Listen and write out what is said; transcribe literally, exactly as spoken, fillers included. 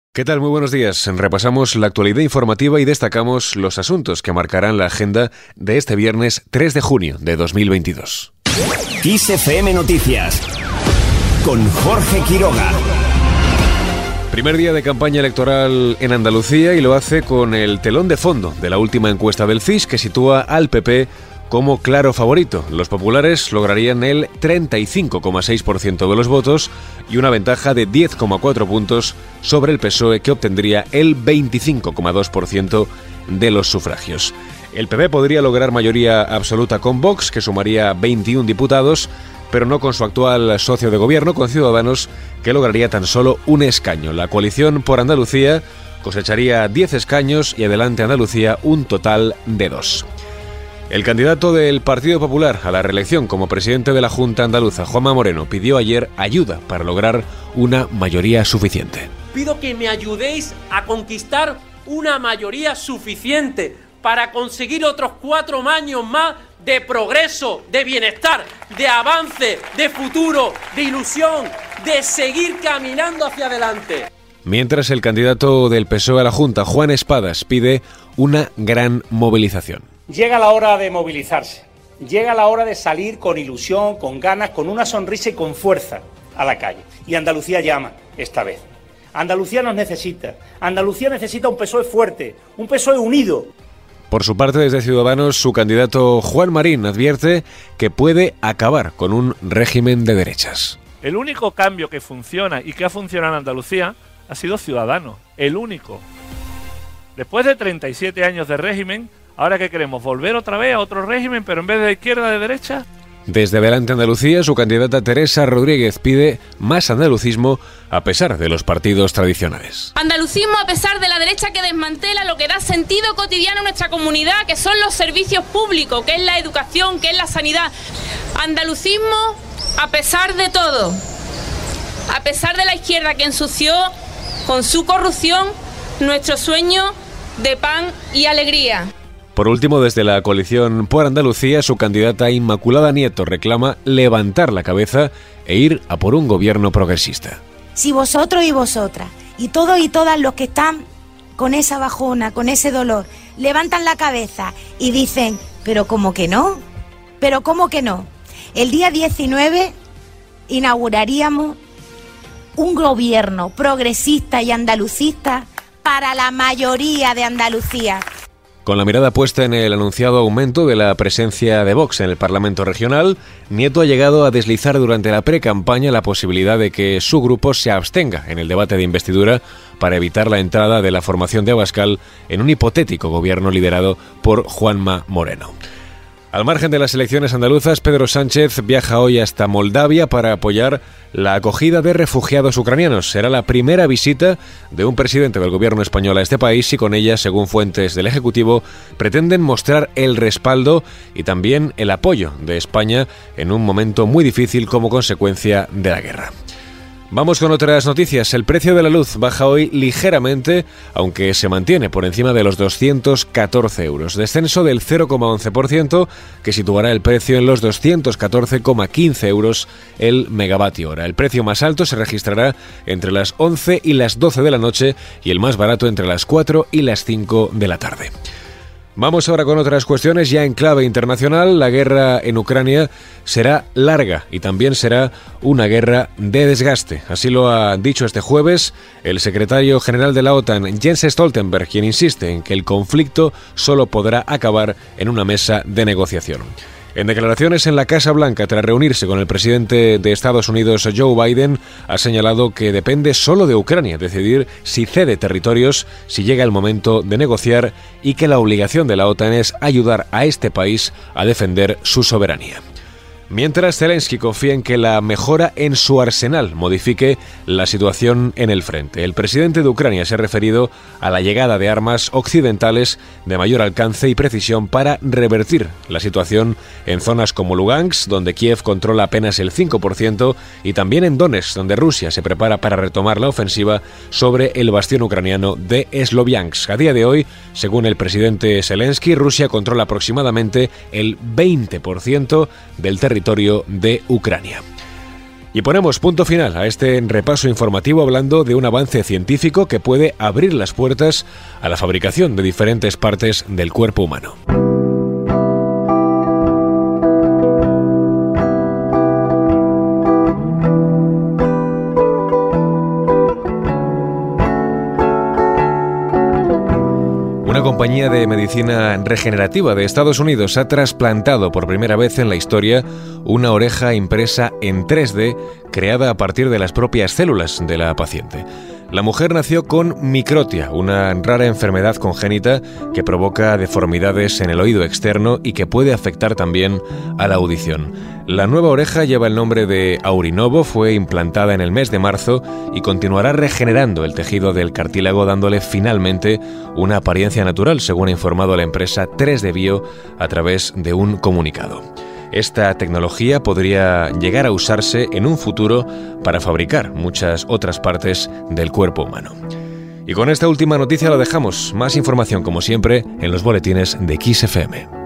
¿Qué tal? Muy buenos días. Repasamos la actualidad informativa y destacamos los asuntos que marcarán la agenda de este viernes tres de junio de dos mil veintidós. Kiss F M Noticias con Jorge Quiroga. Primer día de campaña electoral en Andalucía y lo hace con el telón de fondo de la última encuesta del C I S que sitúa al P P como claro favorito. Los populares lograrían el treinta y cinco coma seis por ciento de los votos y una ventaja de diez coma cuatro puntos sobre el P S O E, que obtendría el veinticinco coma dos por ciento de los sufragios. El P P podría lograr mayoría absoluta con Vox, que sumaría veintiún diputados, pero no con su actual socio de gobierno, con Ciudadanos, que lograría tan solo un escaño. La coalición por Andalucía cosecharía diez escaños y Adelante Andalucía un total de dos. El candidato del Partido Popular a la reelección como presidente de la Junta Andaluza, Juanma Moreno, pidió ayer ayuda para lograr una mayoría suficiente. Pido que me ayudéis a conquistar una mayoría suficiente para conseguir otros cuatro años más de progreso, de bienestar, de avance, de futuro, de ilusión, de seguir caminando hacia adelante. Mientras el candidato del P S O E a la Junta, Juan Espadas, pide una gran movilización. Llega la hora de movilizarse, llega la hora de salir con ilusión, con ganas, con una sonrisa y con fuerza a la calle. Y Andalucía llama esta vez. Andalucía nos necesita. Andalucía necesita un P S O E fuerte, un P S O E unido. Por su parte, desde Ciudadanos, su candidato Juan Marín advierte que puede acabar con un régimen de derechas. El único cambio que funciona y que ha funcionado en Andalucía ha sido Ciudadanos, el único. Después de treinta y siete años de régimen, ¿ahora qué queremos? ¿Volver otra vez a otro régimen, pero en vez de izquierda, de derecha? Desde Adelante Andalucía, su candidata Teresa Rodríguez pide más andalucismo a pesar de los partidos tradicionales. Andalucismo a pesar de la derecha que desmantela lo que da sentido cotidiano a nuestra comunidad, que son los servicios públicos, que es la educación, que es la sanidad. Andalucismo a pesar de todo, a pesar de la izquierda que ensució con su corrupción nuestro sueño de pan y alegría. Por último, desde la coalición por Andalucía, su candidata Inmaculada Nieto reclama levantar la cabeza e ir a por un gobierno progresista. Si vosotros y vosotras, y todos y todas los que están con esa bajona, con ese dolor, levantan la cabeza y dicen, pero ¿cómo que no? ¿Pero cómo que no? El día diecinueve inauguraríamos un gobierno progresista y andalucista para la mayoría de Andalucía. Con la mirada puesta en el anunciado aumento de la presencia de Vox en el Parlamento regional, Nieto ha llegado a deslizar durante la pre-campaña la posibilidad de que su grupo se abstenga en el debate de investidura para evitar la entrada de la formación de Abascal en un hipotético gobierno liderado por Juanma Moreno. Al margen de las elecciones andaluzas, Pedro Sánchez viaja hoy hasta Moldavia para apoyar la acogida de refugiados ucranianos. Será la primera visita de un presidente del gobierno español a este país y con ella, según fuentes del Ejecutivo, pretenden mostrar el respaldo y también el apoyo de España en un momento muy difícil como consecuencia de la guerra. Vamos con otras noticias. El precio de la luz baja hoy ligeramente, aunque se mantiene por encima de los doscientos catorce euros. Descenso del cero coma once por ciento, que situará el precio en los doscientos catorce coma quince euros el megavatio hora. El precio más alto se registrará entre las once y las doce de la noche y el más barato entre las cuatro y las cinco de la tarde. Vamos ahora con otras cuestiones ya en clave internacional. La guerra en Ucrania será larga y también será una guerra de desgaste. Así lo ha dicho este jueves el secretario general de la OTAN, Jens Stoltenberg, quien insiste en que el conflicto solo podrá acabar en una mesa de negociación. En declaraciones en la Casa Blanca, tras reunirse con el presidente de Estados Unidos, Joe Biden, ha señalado que depende solo de Ucrania decidir si cede territorios, si llega el momento de negociar y que la obligación de la OTAN es ayudar a este país a defender su soberanía. Mientras, Zelensky confía en que la mejora en su arsenal modifique la situación en el frente. El presidente de Ucrania se ha referido a la llegada de armas occidentales de mayor alcance y precisión para revertir la situación en zonas como Lugansk, donde Kiev controla apenas el cinco por ciento, y también en Donetsk, donde Rusia se prepara para retomar la ofensiva sobre el bastión ucraniano de Sloviansk. A día de hoy, según el presidente Zelensky, Rusia controla aproximadamente el veinte por ciento del territorio de Ucrania. Y ponemos punto final a este repaso informativo hablando de un avance científico que puede abrir las puertas a la fabricación de diferentes partes del cuerpo humano. Una compañía de medicina regenerativa de Estados Unidos ha trasplantado por primera vez en la historia una oreja impresa en tres D creada a partir de las propias células de la paciente. La mujer nació con microtia, una rara enfermedad congénita que provoca deformidades en el oído externo y que puede afectar también a la audición. La nueva oreja lleva el nombre de Aurinovo, fue implantada en el mes de marzo y continuará regenerando el tejido del cartílago dándole finalmente una apariencia natural, según ha informado la empresa tres D Bio a través de un comunicado. Esta tecnología podría llegar a usarse en un futuro para fabricar muchas otras partes del cuerpo humano. Y con esta última noticia lo dejamos. Más información, como siempre, en los boletines de Kiss F M.